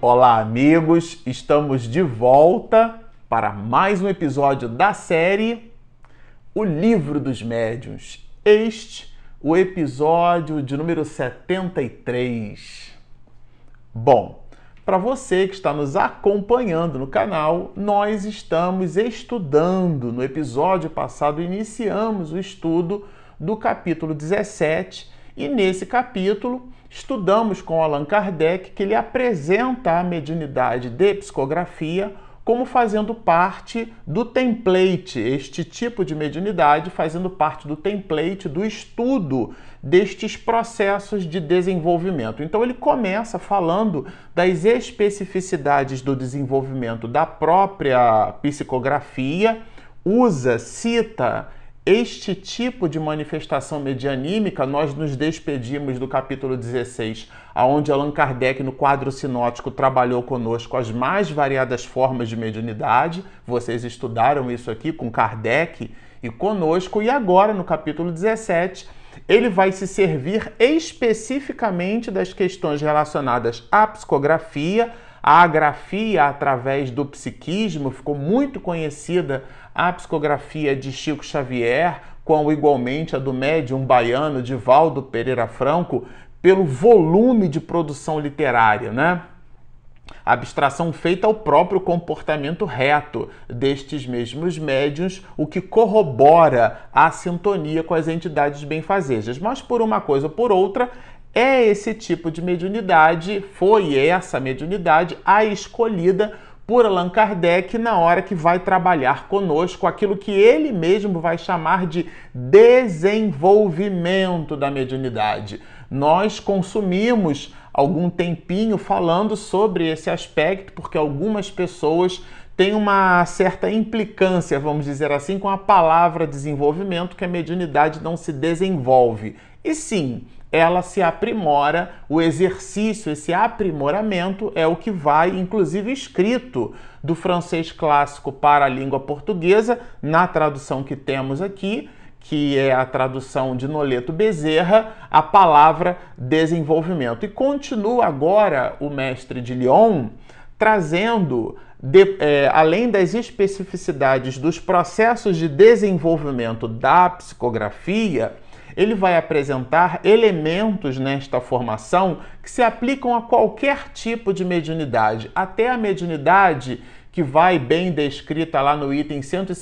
Olá, amigos! Estamos de volta para mais um episódio da série O Livro dos Médiuns. O episódio de número 73. Bom, para você que está nos acompanhando no canal, nós estamos estudando. No episódio passado, iniciamos o estudo do capítulo 17 e nesse capítulo estudamos com Allan Kardec que ele apresenta a mediunidade de psicografia como fazendo parte do template, este tipo de mediunidade fazendo parte do template do estudo destes processos de desenvolvimento. Então ele começa falando das especificidades do desenvolvimento da própria psicografia, cita este tipo de manifestação medianímica. Nós nos despedimos do capítulo 16, onde Allan Kardec, no quadro sinótico, trabalhou conosco as mais variadas formas de mediunidade. Vocês estudaram isso aqui com Kardec e conosco. E agora, no capítulo 17, ele vai se servir especificamente das questões relacionadas à psicografia, à grafia através do psiquismo. Ficou muito conhecida a psicografia de Chico Xavier, como igualmente a do médium baiano Divaldo Pereira Franco, pelo volume de produção literária, né? A abstração feita ao próprio comportamento reto destes mesmos médiuns, o que corrobora a sintonia com as entidades benfazejas. Mas por uma coisa ou por outra, é esse tipo de mediunidade, foi essa mediunidade a escolhida por Allan Kardec na hora que vai trabalhar conosco aquilo que ele mesmo vai chamar de desenvolvimento da mediunidade. Nós consumimos algum tempinho falando sobre esse aspecto, porque algumas pessoas têm uma certa implicância, vamos dizer assim, com a palavra desenvolvimento, que a mediunidade não se desenvolve. E sim, ela se aprimora, o exercício, esse aprimoramento é o que vai, inclusive escrito do francês clássico para a língua portuguesa, na tradução que temos aqui, que é a tradução de Noleto Bezerra, a palavra desenvolvimento. E continua agora o mestre de Lyon trazendo, além das especificidades dos processos de desenvolvimento da psicografia, ele vai apresentar elementos nesta formação que se aplicam a qualquer tipo de mediunidade, até a mediunidade que vai bem descrita lá no item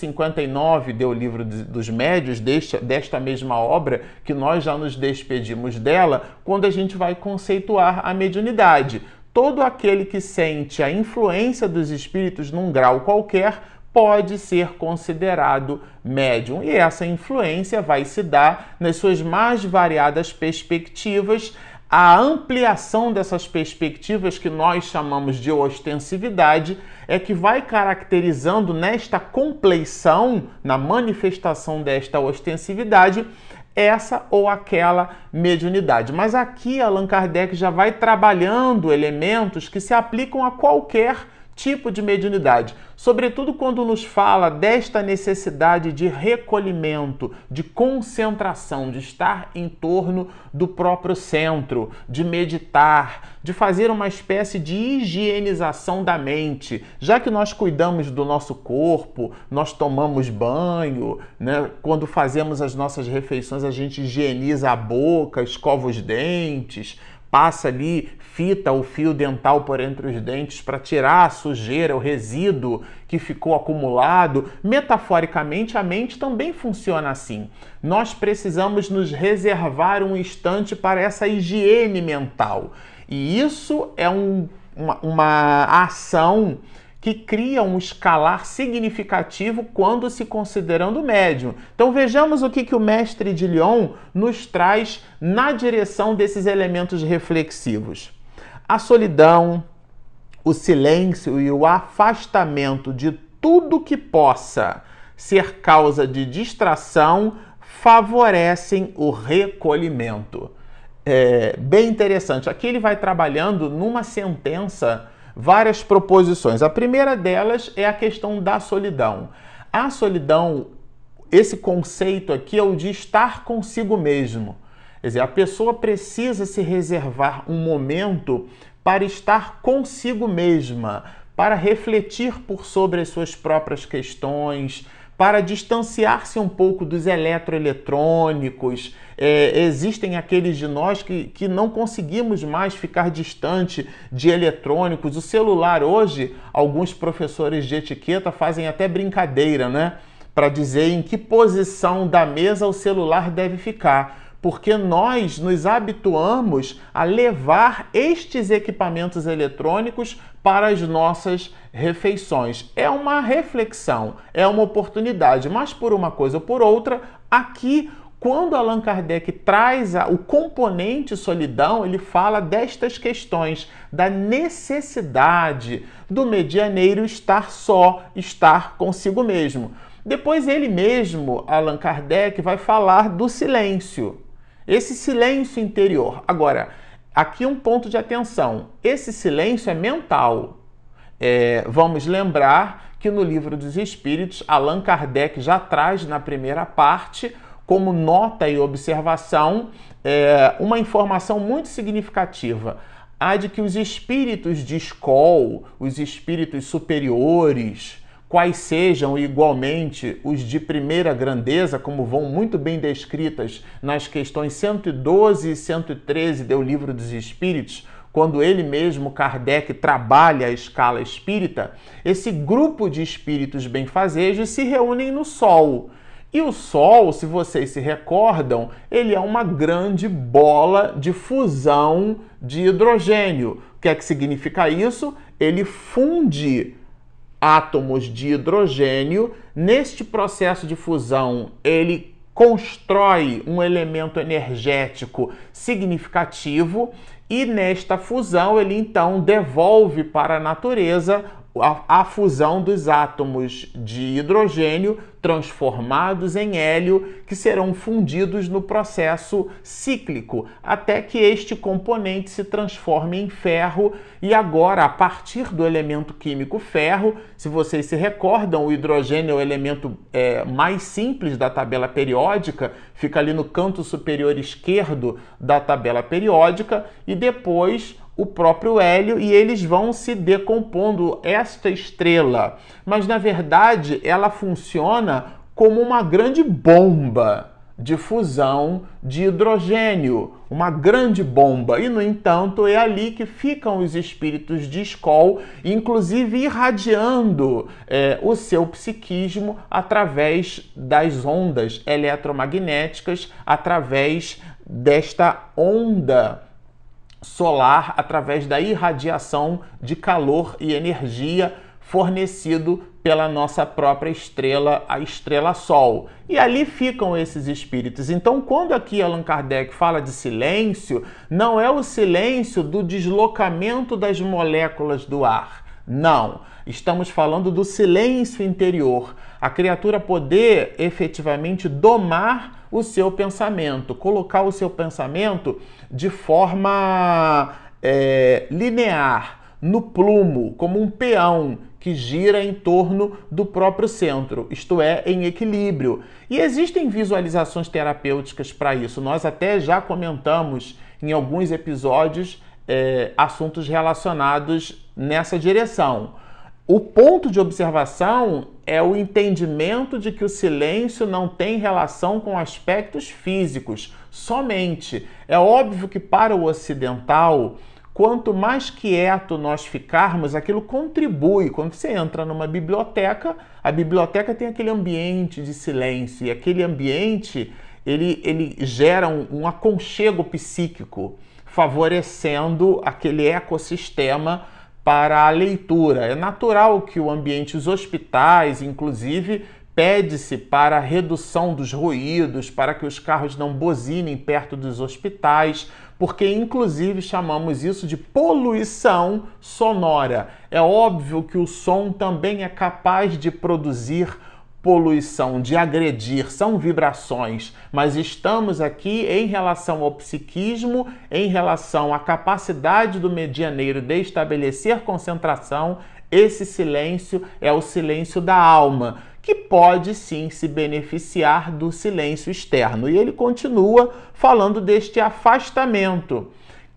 159 do Livro dos Médiuns, desta mesma obra, que nós já nos despedimos dela, quando a gente vai conceituar a mediunidade. Todo aquele que sente a influência dos espíritos num grau qualquer pode ser considerado médium. E essa influência vai se dar nas suas mais variadas perspectivas. A ampliação dessas perspectivas, que nós chamamos de ostensividade, é que vai caracterizando nesta compleição, na manifestação desta ostensividade, essa ou aquela mediunidade. Mas aqui Allan Kardec já vai trabalhando elementos que se aplicam a qualquer tipo de mediunidade, sobretudo quando nos fala desta necessidade de recolhimento, de concentração, de estar em torno do próprio centro, de meditar, de fazer uma espécie de higienização da mente. Já que nós cuidamos do nosso corpo, nós tomamos banho, né? Quando fazemos as nossas refeições, a gente higieniza a boca, escova os dentes, passa ali, fita o fio dental por entre os dentes para tirar a sujeira, o resíduo que ficou acumulado. Metaforicamente, a mente também funciona assim. Nós precisamos nos reservar um instante para essa higiene mental. E isso é uma ação que cria um escalar significativo quando se considerando médium. Então vejamos o que o mestre de Lyon nos traz na direção desses elementos reflexivos. A solidão, o silêncio e o afastamento de tudo que possa ser causa de distração favorecem o recolhimento. Bem interessante. Aqui ele vai trabalhando numa sentença várias proposições. A primeira delas é a questão da solidão. A solidão, esse conceito aqui é o de estar consigo mesmo. Quer dizer, a pessoa precisa se reservar um momento para estar consigo mesma, para refletir por sobre as suas próprias questões, para distanciar-se um pouco dos eletroeletrônicos. Existem aqueles de nós que não conseguimos mais ficar distante de eletrônicos. O celular hoje, alguns professores de etiqueta fazem até brincadeira, né? Para dizer em que posição da mesa o celular deve ficar, porque nós nos habituamos a levar estes equipamentos eletrônicos para as nossas refeições. É uma reflexão, é uma oportunidade, mas por uma coisa ou por outra, aqui, quando Allan Kardec traz o componente solidão, ele fala destas questões, da necessidade do medianeiro estar só, estar consigo mesmo. Depois ele mesmo, Allan Kardec, vai falar do silêncio. Esse silêncio interior. Agora, aqui um ponto de atenção. Esse silêncio é mental. Vamos lembrar que no Livro dos Espíritos, Allan Kardec já traz na primeira parte, como nota e observação, uma informação muito significativa. A de que os espíritos de escola, os espíritos superiores, quais sejam igualmente os de primeira grandeza, como vão muito bem descritas nas questões 112 e 113 do Livro dos Espíritos, quando ele mesmo, Kardec, trabalha a escala espírita, esse grupo de espíritos benfazejos se reúnem no Sol. E o Sol, se vocês se recordam, ele é uma grande bola de fusão de hidrogênio. O que é que significa isso? Ele funde átomos de hidrogênio. Neste processo de fusão, ele constrói um elemento energético significativo e nesta fusão ele então devolve para a natureza a fusão dos átomos de hidrogênio transformados em hélio, que serão fundidos no processo cíclico, até que este componente se transforme em ferro. E agora, a partir do elemento químico ferro, se vocês se recordam, o hidrogênio é o elemento mais simples da tabela periódica, fica ali no canto superior esquerdo da tabela periódica, e depois o próprio hélio, e eles vão se decompondo esta estrela. Mas, na verdade, ela funciona como uma grande bomba de fusão de hidrogênio, uma grande bomba. E, no entanto, é ali que ficam os espíritos de escola, inclusive irradiando o seu psiquismo através das ondas eletromagnéticas, através desta onda solar, através da irradiação de calor e energia fornecido pela nossa própria estrela, a estrela Sol. E ali ficam esses espíritos. Então, quando aqui Allan Kardec fala de silêncio, não é o silêncio do deslocamento das moléculas do ar. Não. Estamos falando do silêncio interior. A criatura poder efetivamente domar o seu pensamento, colocar o seu pensamento de forma linear, no plumo, como um peão que gira em torno do próprio centro, isto é, em equilíbrio. E existem visualizações terapêuticas para isso. Nós até já comentamos em alguns episódios assuntos relacionados nessa direção. O ponto de observação é o entendimento de que o silêncio não tem relação com aspectos físicos somente. É óbvio que para o ocidental, quanto mais quieto nós ficarmos, aquilo contribui. Quando você entra numa biblioteca, a biblioteca tem aquele ambiente de silêncio, e aquele ambiente ele gera um aconchego psíquico, favorecendo aquele ecossistema para a leitura. É natural que o ambiente, os hospitais, inclusive, pede-se para a redução dos ruídos, para que os carros não buzinem perto dos hospitais, porque inclusive chamamos isso de poluição sonora. É óbvio que o som também é capaz de produzir poluição, de agredir, são vibrações, mas estamos aqui em relação ao psiquismo, em relação à capacidade do medianeiro de estabelecer concentração. Esse silêncio é o silêncio da alma, que pode sim se beneficiar do silêncio externo. E ele continua falando deste afastamento,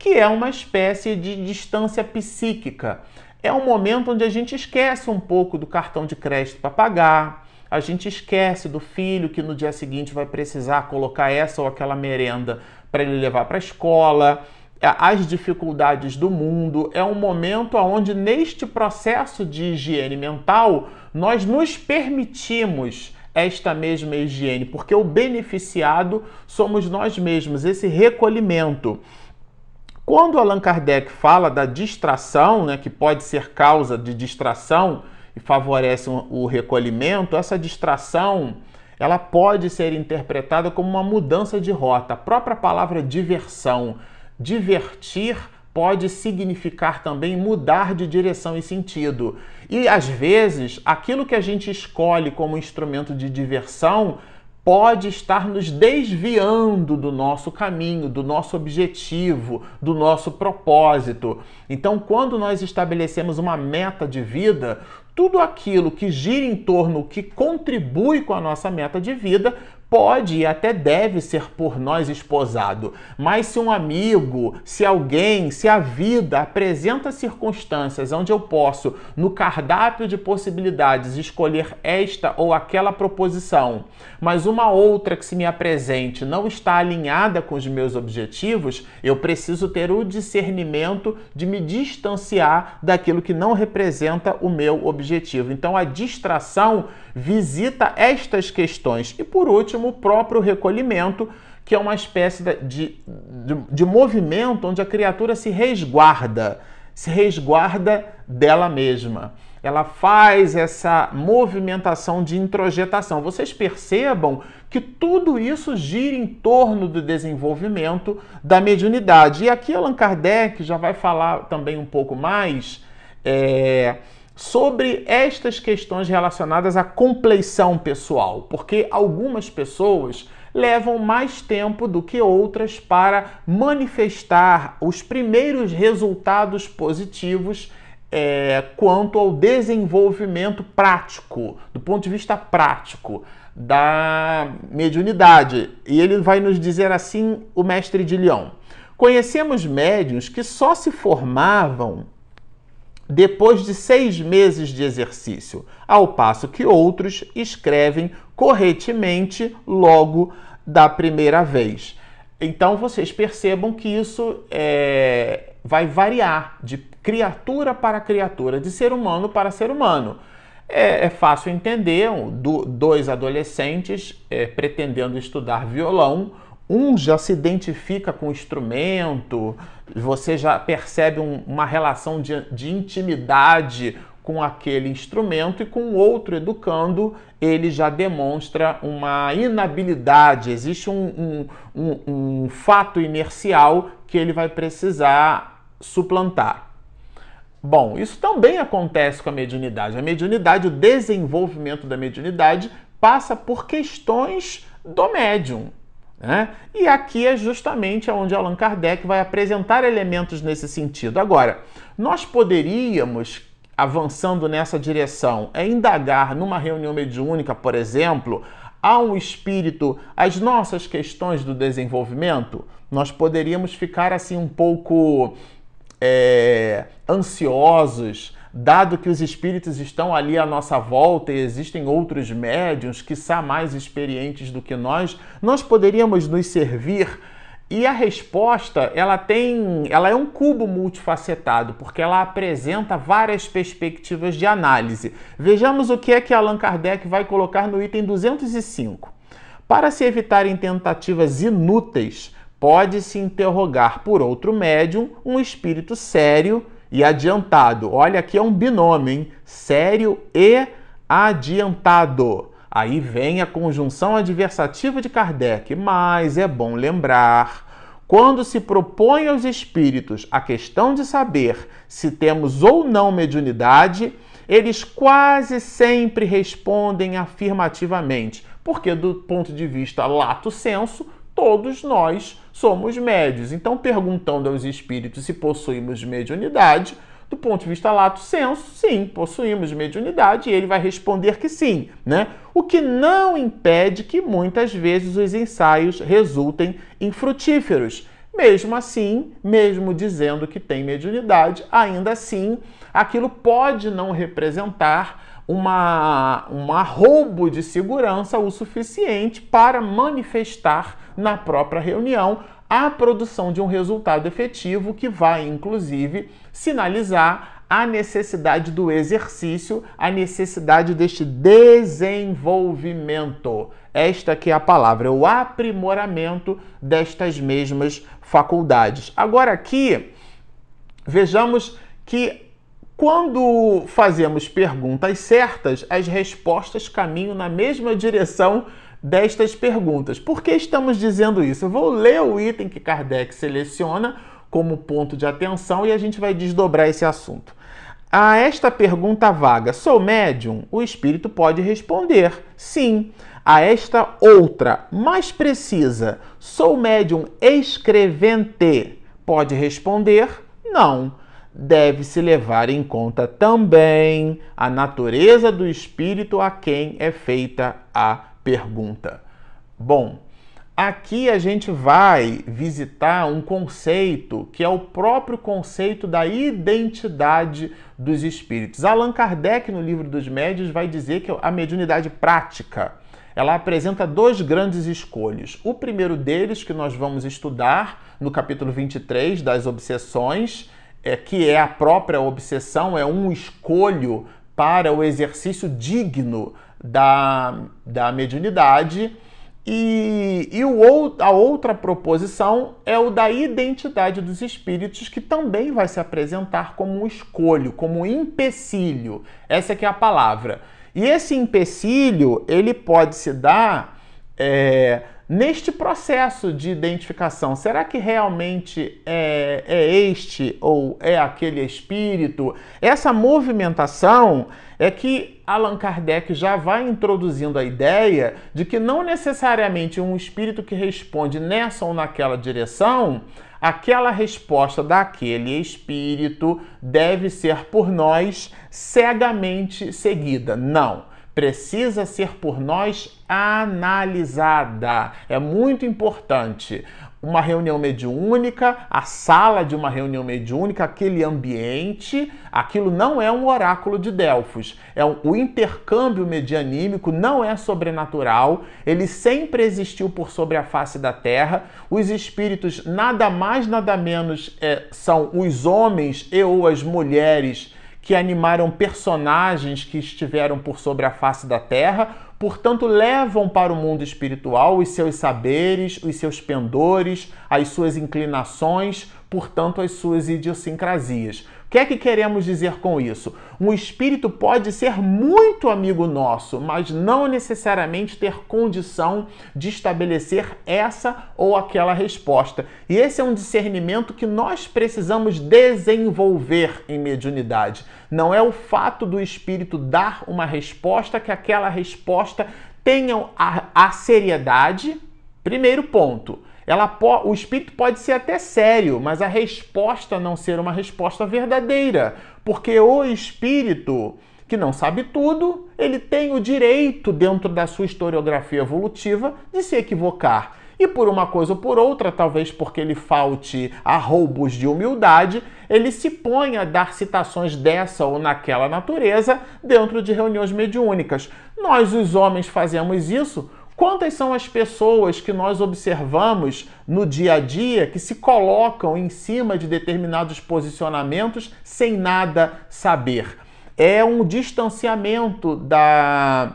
que é uma espécie de distância psíquica. É um momento onde a gente esquece um pouco do cartão de crédito para pagar, a gente esquece do filho que no dia seguinte vai precisar colocar essa ou aquela merenda para ele levar para a escola, as dificuldades do mundo. É um momento onde, neste processo de higiene mental, nós nos permitimos esta mesma higiene, porque o beneficiado somos nós mesmos, esse recolhimento. Quando Allan Kardec fala da distração, né, que pode ser causa de distração e favorece o recolhimento, essa distração ela pode ser interpretada como uma mudança de rota. A própria palavra diversão, divertir, pode significar também mudar de direção e sentido. E, às vezes, aquilo que a gente escolhe como instrumento de diversão pode estar nos desviando do nosso caminho, do nosso objetivo, do nosso propósito. Então, quando nós estabelecemos uma meta de vida, tudo aquilo que gira em torno, que contribui com a nossa meta de vida, pode e até deve ser por nós esposado. Mas se um amigo, se alguém, se a vida apresenta circunstâncias onde eu posso, no cardápio de possibilidades, escolher esta ou aquela proposição, mas uma outra que se me apresente não está alinhada com os meus objetivos, eu preciso ter o discernimento de me distanciar daquilo que não representa o meu objetivo. Então a distração visita estas questões. E por último, o próprio recolhimento, que é uma espécie de movimento onde a criatura se resguarda dela mesma. Ela faz essa movimentação de introjetação. Vocês percebam que tudo isso gira em torno do desenvolvimento da mediunidade. E aqui Allan Kardec já vai falar também um pouco mais sobre estas questões relacionadas à compleição pessoal, porque algumas pessoas levam mais tempo do que outras para manifestar os primeiros resultados positivos quanto ao desenvolvimento prático, do ponto de vista prático da mediunidade. E ele vai nos dizer assim, o mestre de Lyon: conhecemos médiuns que só se formavam depois de 6 meses de exercício, ao passo que outros escrevem corretamente logo da primeira vez. Então vocês percebam que isso vai variar de criatura para criatura, de ser humano para ser humano. É fácil entender, 2 adolescentes pretendendo estudar violão, um já se identifica com o instrumento, você já percebe uma relação de intimidade com aquele instrumento, e com o outro educando, ele já demonstra uma inabilidade, existe um fato inercial que ele vai precisar suplantar. Bom, isso também acontece com a mediunidade. A mediunidade, o desenvolvimento da mediunidade passa por questões do médium. E aqui é justamente onde Allan Kardec vai apresentar elementos nesse sentido. Agora, nós poderíamos, avançando nessa direção, indagar numa reunião mediúnica, por exemplo, a um espírito as nossas questões do desenvolvimento? Nós poderíamos ficar assim um pouco ansiosos, dado que os espíritos estão ali à nossa volta e existem outros médiuns, quiçá mais experientes do que nós poderíamos nos servir? E a resposta, ela é um cubo multifacetado, porque ela apresenta várias perspectivas de análise. Vejamos o que é que Allan Kardec vai colocar no item 205. Para se evitarem tentativas inúteis, pode-se interrogar por outro médium um espírito sério e adiantado. Olha, aqui é um binômio, hein? Sério e adiantado. Aí vem a conjunção adversativa de Kardec, mas é bom lembrar, quando se propõe aos espíritos a questão de saber se temos ou não mediunidade, eles quase sempre respondem afirmativamente, porque do ponto de vista lato sensu, todos nós somos médios. Então, perguntando aos espíritos se possuímos mediunidade, do ponto de vista lato sensu, sim, possuímos mediunidade, e ele vai responder que sim, né? O que não impede que muitas vezes os ensaios resultem infrutíferos. Mesmo assim, mesmo dizendo que tem mediunidade, ainda assim, aquilo pode não representar um arroubo de segurança o suficiente para manifestar na própria reunião a produção de um resultado efetivo que vai, inclusive, sinalizar a necessidade do exercício, a necessidade deste desenvolvimento. Esta que é a palavra, o aprimoramento destas mesmas faculdades. Agora aqui, vejamos que quando fazemos perguntas certas, as respostas caminham na mesma direção destas perguntas. Por que estamos dizendo isso? Eu vou ler o item que Kardec seleciona como ponto de atenção e a gente vai desdobrar esse assunto. A esta pergunta vaga, sou médium? O espírito pode responder, sim. A esta outra, mais precisa, sou médium escrevente? Pode responder, não. Deve-se levar em conta também a natureza do espírito a quem é feita a pergunta. Bom, aqui a gente vai visitar um conceito que é o próprio conceito da identidade dos espíritos. Allan Kardec, no Livro dos Médiuns, vai dizer que a mediunidade prática, ela apresenta dois grandes escolhos. O primeiro deles, que nós vamos estudar no capítulo 23 das obsessões, que é a própria obsessão, é um escolho para o exercício digno da mediunidade. A outra proposição é o da identidade dos espíritos, que também vai se apresentar como um escolho, como um empecilho. Essa é que é a palavra. E esse empecilho, ele pode se dar neste processo de identificação. Será que realmente é este ou é aquele espírito? Essa movimentação é que Allan Kardec já vai introduzindo a ideia de que não necessariamente um espírito que responde nessa ou naquela direção, aquela resposta daquele espírito deve ser por nós cegamente seguida. Não. Precisa ser por nós analisada. É muito importante. Uma reunião mediúnica, a sala de uma reunião mediúnica, aquele ambiente, aquilo não é um oráculo de Delfos. O intercâmbio medianímico não é sobrenatural, ele sempre existiu por sobre a face da Terra. Os espíritos, nada mais, nada menos, são os homens e ou as mulheres que animaram personagens que estiveram por sobre a face da Terra, portanto, levam para o mundo espiritual os seus saberes, os seus pendores, as suas inclinações, portanto, as suas idiosincrasias. O que é que queremos dizer com isso? Um espírito pode ser muito amigo nosso, mas não necessariamente ter condição de estabelecer essa ou aquela resposta. E esse é um discernimento que nós precisamos desenvolver em mediunidade. Não é o fato do espírito dar uma resposta que aquela resposta tenha a seriedade. Primeiro ponto. O espírito pode ser até sério, mas a resposta não ser uma resposta verdadeira, porque o espírito que não sabe tudo, ele tem o direito, dentro da sua historiografia evolutiva, de se equivocar. E por uma coisa ou por outra, talvez porque ele falte arroubos de humildade, ele se põe a dar citações dessa ou naquela natureza dentro de reuniões mediúnicas. Nós, os homens, fazemos isso. Quantas são as pessoas que nós observamos no dia a dia que se colocam em cima de determinados posicionamentos sem nada saber? É um distanciamento da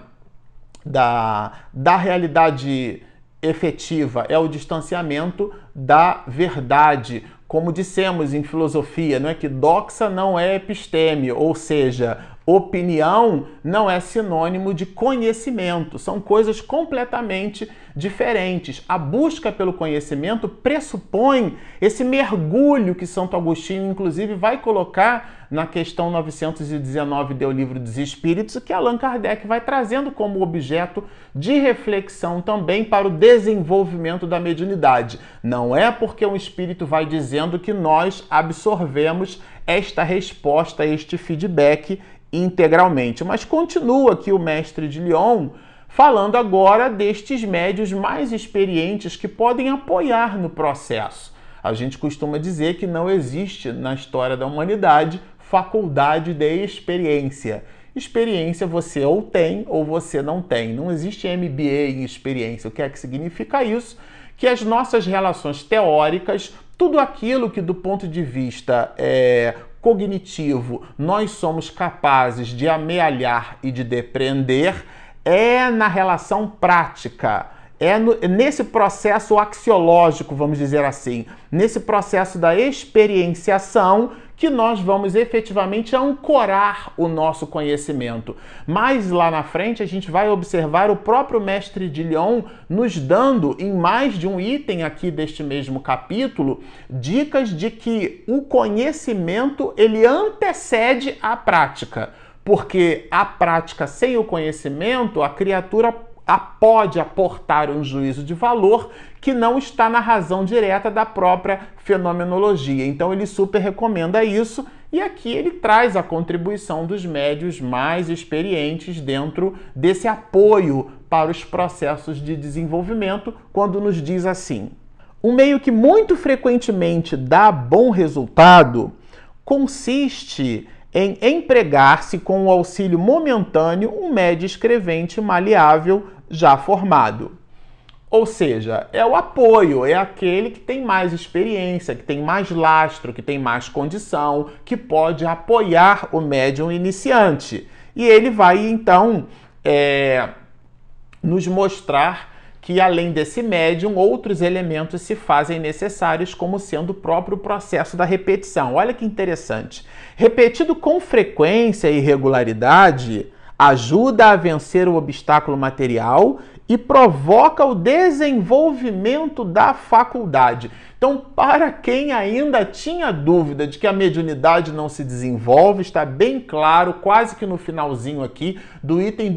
realidade efetiva, é o distanciamento da verdade. Como dissemos em filosofia, não é que doxa não é episteme, ou seja, opinião não é sinônimo de conhecimento. São coisas completamente diferentes. A busca pelo conhecimento pressupõe esse mergulho que Santo Agostinho, inclusive, vai colocar na questão 919 do Livro dos Espíritos, que Allan Kardec vai trazendo como objeto de reflexão também para o desenvolvimento da mediunidade. Não é porque um espírito vai dizendo que nós absorvemos esta resposta, este feedback integralmente. Mas continua aqui o mestre de Lyon falando agora destes médios mais experientes que podem apoiar no processo. A gente costuma dizer que não existe na história da humanidade faculdade de experiência. Experiência você ou tem ou você não tem. Não existe MBA em experiência. O que é que significa isso? Que as nossas relações teóricas, tudo aquilo que do ponto de vista cognitivo nós somos capazes de amealhar e de depreender, é na relação prática. Nesse processo axiológico, vamos dizer assim, nesse processo da experienciação, que nós vamos efetivamente ancorar o nosso conhecimento. Mas lá na frente a gente vai observar o próprio mestre de Lyon nos dando, em mais de um item aqui deste mesmo capítulo, dicas de que o conhecimento ele antecede a prática. Porque a prática sem o conhecimento, a criatura pode aportar um juízo de valor que não está na razão direta da própria fenomenologia. Então ele super recomenda isso, e aqui ele traz a contribuição dos médiuns mais experientes dentro desse apoio para os processos de desenvolvimento, quando nos diz assim: um meio que muito frequentemente dá bom resultado consiste em empregar-se com o auxílio momentâneo um médio escrevente maleável já formado. Ou seja, é o apoio, é aquele que tem mais experiência, que tem mais lastro, que tem mais condição, que pode apoiar o médium iniciante. E ele vai, então, nos mostrar que, além desse médium, outros elementos se fazem necessários, como sendo o próprio processo da repetição. Olha que interessante. Repetido com frequência e regularidade, ajuda a vencer o obstáculo material e provoca o desenvolvimento da faculdade. Então, para quem ainda tinha dúvida de que a mediunidade não se desenvolve, está bem claro, quase que no finalzinho aqui, do item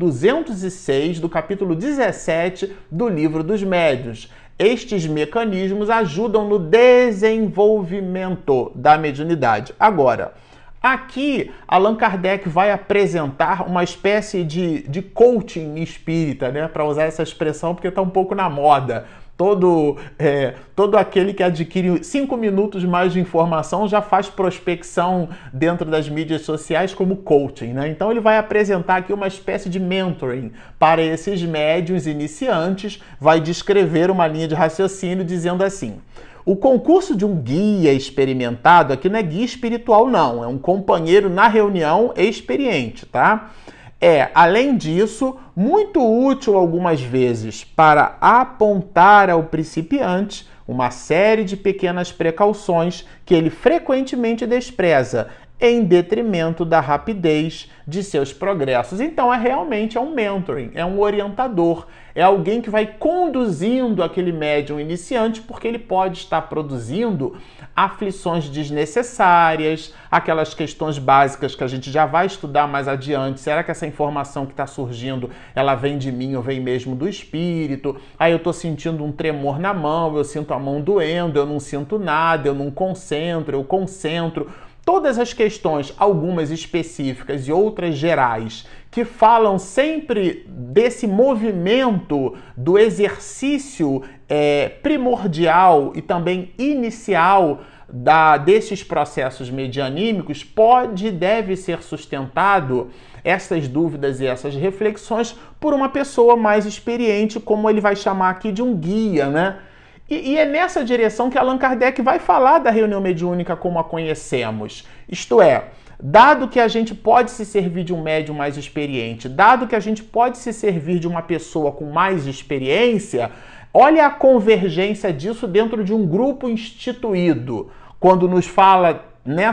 206, do capítulo 17 do Livro dos Médiuns. Estes mecanismos ajudam no desenvolvimento da mediunidade. Agora, aqui, Allan Kardec vai apresentar uma espécie de coaching espírita, né? Para usar essa expressão, porque está um pouco na moda. Todo aquele que adquire 5 minutos mais de informação já faz prospecção dentro das mídias sociais como coaching, né? Então ele vai apresentar aqui uma espécie de mentoring para esses médiuns iniciantes, vai descrever uma linha de raciocínio dizendo assim: o concurso de um guia experimentado, aqui não é guia espiritual não, é um companheiro na reunião experiente, tá? Além disso, muito útil algumas vezes para apontar ao principiante uma série de pequenas precauções que ele frequentemente despreza, em detrimento da rapidez de seus progressos. Então, realmente um mentoring, é um orientador, é alguém que vai conduzindo aquele médium iniciante, porque ele pode estar produzindo aflições desnecessárias, aquelas questões básicas que a gente já vai estudar mais adiante. Será que essa informação que está surgindo, ela vem de mim ou vem mesmo do espírito? Aí eu estou sentindo um tremor na mão, eu sinto a mão doendo, eu não sinto nada, eu não concentro, eu concentro. Todas as questões, algumas específicas e outras gerais, que falam sempre desse movimento do exercício primordial e também inicial desses processos medianímicos, pode e deve ser sustentado, essas dúvidas e essas reflexões, por uma pessoa mais experiente, como ele vai chamar aqui de um guia, né? E é nessa direção que Allan Kardec vai falar da reunião mediúnica como a conhecemos. Isto é, dado que a gente pode se servir de um médium mais experiente, dado que a gente pode se servir de uma pessoa com mais experiência, olha a convergência disso dentro de um grupo instituído, quando nos fala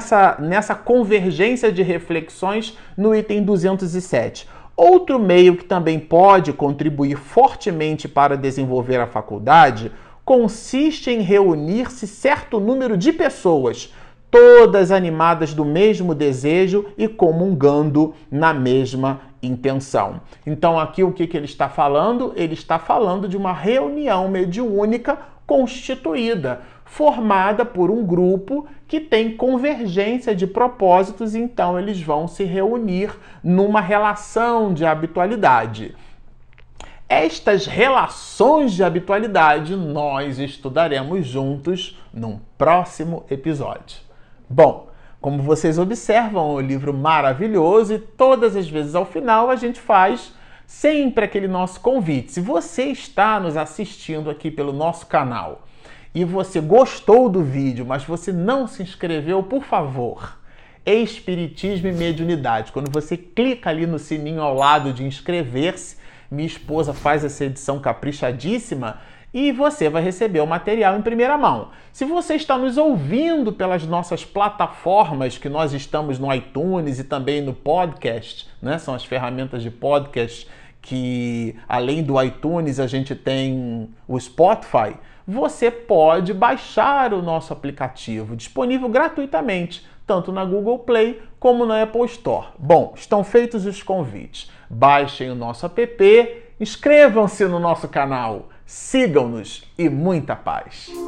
nessa convergência de reflexões no item 207. Outro meio que também pode contribuir fortemente para desenvolver a faculdade consiste em reunir-se certo número de pessoas, todas animadas do mesmo desejo e comungando na mesma intenção. Então aqui o que ele está falando? Ele está falando de uma reunião mediúnica constituída, formada por um grupo que tem convergência de propósitos, então eles vão se reunir numa relação de habitualidade. Estas relações de habitualidade nós estudaremos juntos num próximo episódio. Bom, como vocês observam, é um livro maravilhoso e todas as vezes ao final a gente faz sempre aquele nosso convite. Se você está nos assistindo aqui pelo nosso canal e você gostou do vídeo, mas você não se inscreveu, por favor, Espiritismo e Mediunidade. Quando você clica ali no sininho ao lado de inscrever-se, minha esposa faz essa edição caprichadíssima e você vai receber o material em primeira mão. Se você está nos ouvindo pelas nossas plataformas, que nós estamos no iTunes e também no podcast, né? São as ferramentas de podcast que, além do iTunes, a gente tem o Spotify. Você pode baixar o nosso aplicativo, disponível gratuitamente, tanto na Google Play como na Apple Store. Bom, estão feitos os convites. Baixem o nosso app, inscrevam-se no nosso canal, sigam-nos e muita paz!